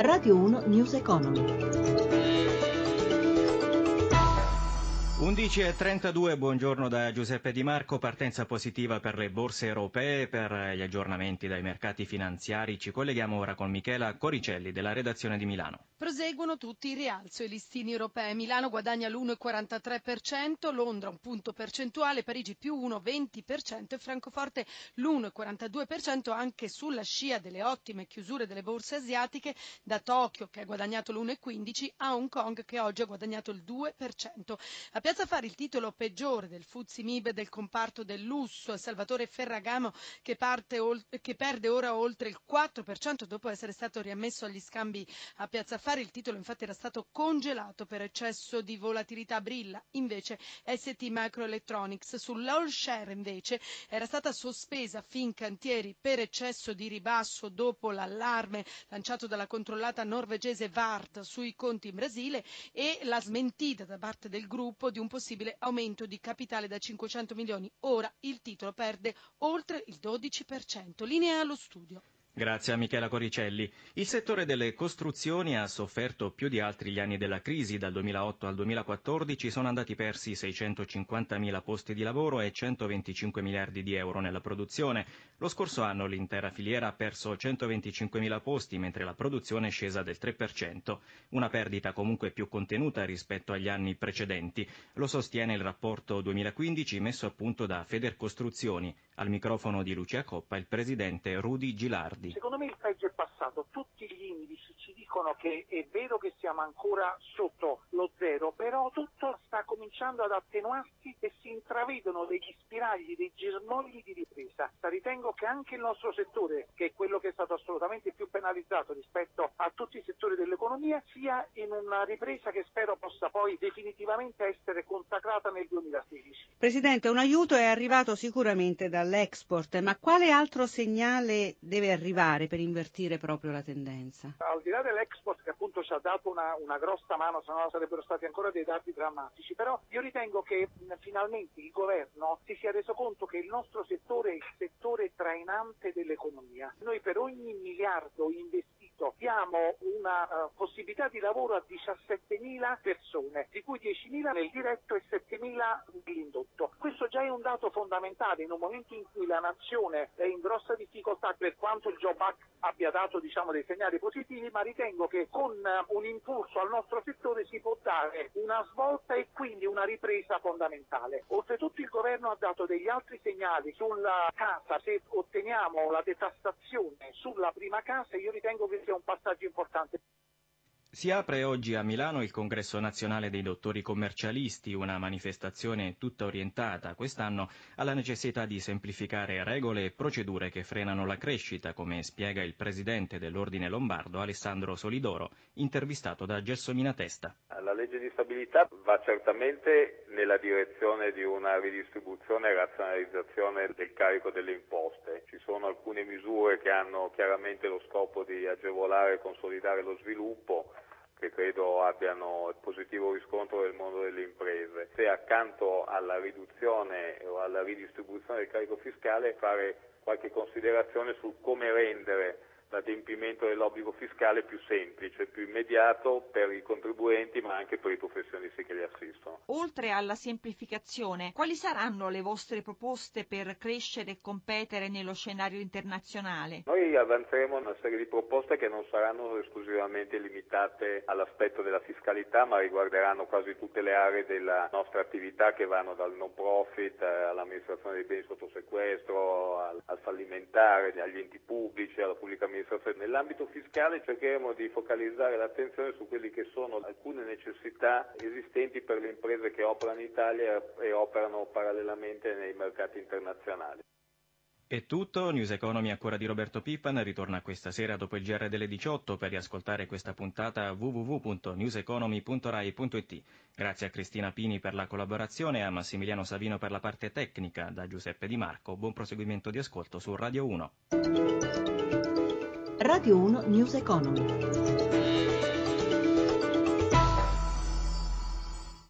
Radio 1 News Economy. 11.32, buongiorno da Giuseppe Di Marco. Partenza positiva per le borse europee, per gli aggiornamenti dai mercati finanziari. Ci colleghiamo ora con Michela Coricelli della redazione di Milano. Proseguono tutti in rialzo i listini europei. Milano guadagna l'1,43%, Londra un punto percentuale, Parigi più 1,20% e Francoforte l'1,42%, anche sulla scia delle ottime chiusure delle borse asiatiche, da Tokyo che ha guadagnato l'1,15% a Hong Kong che oggi ha guadagnato il 2%. A Piazza Affari il titolo peggiore del FTSE MIB del comparto del lusso è Salvatore Ferragamo che perde ora oltre il 4% dopo essere stato riammesso agli scambi a Piazza Affari. Il titolo infatti era stato congelato per eccesso di volatilità. Brilla invece ST Microelectronics. Sull'all share invece era stata sospesa Fincantieri per eccesso di ribasso dopo l'allarme lanciato dalla controllata norvegese Vard sui conti in Brasile e la smentita da parte del gruppo di un possibile aumento di capitale da 500 milioni. Ora il titolo perde oltre il 12%. Linea allo studio. Grazie a Michela Coricelli. Il settore delle costruzioni ha sofferto più di altri gli anni della crisi. Dal 2008 al 2014 sono andati persi 650.000 posti di lavoro e 125 miliardi di euro nella produzione. Lo scorso anno l'intera filiera ha perso 125.000 posti, mentre la produzione è scesa del 3%. Una perdita comunque più contenuta rispetto agli anni precedenti. Lo sostiene il rapporto 2015 messo a punto da Federcostruzioni. Al microfono di Lucia Coppa il presidente Rudy Gilardi. Secondo me il peggio è passato, tutti gli indici ci dicono che è vero che siamo ancora sotto lo zero, però tutto sta cominciando ad attenuarsi e si intravedono degli spiragli, dei germogli di ripresa. Ritengo che anche il nostro settore, che è quello che è stato assolutamente più penalizzato rispetto a tutti i settori dell'economia, sia in una ripresa che spero possa poi definitivamente essere consacrata nel 2016. Presidente, un aiuto è arrivato sicuramente dall'export, ma quale altro segnale deve arrivare per invertire proprio la tendenza? Al di là dell'export che appunto ci ha dato una grossa mano, se no sarebbero stati ancora dei dati drammatici, però io ritengo che finalmente il governo si sia reso conto che il nostro settore è il settore trainante dell'economia. Noi per ogni miliardo investito diamo una possibilità di lavoro a 17.000 persone, di cui 10.000 nel diretto e 7.000 nell'indotto. Questo già è un dato fondamentale in un momento in cui la nazione è in grossa difficoltà, per quanto il Job Act abbia dato dei segnali positivi, ma ritengo che con un impulso al nostro settore si può dare una svolta e quindi una ripresa fondamentale. Oltretutto il governo ha dato degli altri segnali sulla casa. Se otteniamo la detassazione sulla prima casa, io ritengo che sia un passaggio importante. Si apre oggi a Milano il Congresso Nazionale dei Dottori Commercialisti, una manifestazione tutta orientata quest'anno alla necessità di semplificare regole e procedure che frenano la crescita, come spiega il presidente dell'Ordine Lombardo Alessandro Solidoro, intervistato da Gelsomina Testa. La legge di stabilità va certamente nella direzione di una ridistribuzione e razionalizzazione del carico delle imposte. Ci sono alcune misure che hanno chiaramente lo scopo di agevolare e consolidare lo sviluppo, che credo abbiano positivo riscontro nel mondo delle imprese. Se accanto alla riduzione o alla ridistribuzione del carico fiscale fare qualche considerazione su come rendere l'adempimento dell'obbligo fiscale più semplice, più immediato per i contribuenti ma anche per i professionisti che li assistono. Oltre alla semplificazione, quali saranno le vostre proposte per crescere e competere nello scenario internazionale? Noi avanzeremo una serie di proposte che non saranno esclusivamente limitate all'aspetto della fiscalità, ma riguarderanno quasi tutte le aree della nostra attività, che vanno dal non profit all'amministrazione dei beni sotto sequestro, al fallimentare, agli enti pubblici, alla pubblica amministrazione. Nell'ambito fiscale cercheremo di focalizzare l'attenzione su quelli che sono alcune necessità esistenti per le imprese che operano in Italia e operano parallelamente nei mercati internazionali. È tutto, News Economy a cura di Roberto Pippan ritorna questa sera dopo il GR delle 18. Per riascoltare questa puntata www.newseconomy.rai.it. Grazie a Cristina Pini per la collaborazione e a Massimiliano Savino per la parte tecnica. Da Giuseppe Di Marco, buon proseguimento di ascolto su Radio 1. Radio 1 News Economy.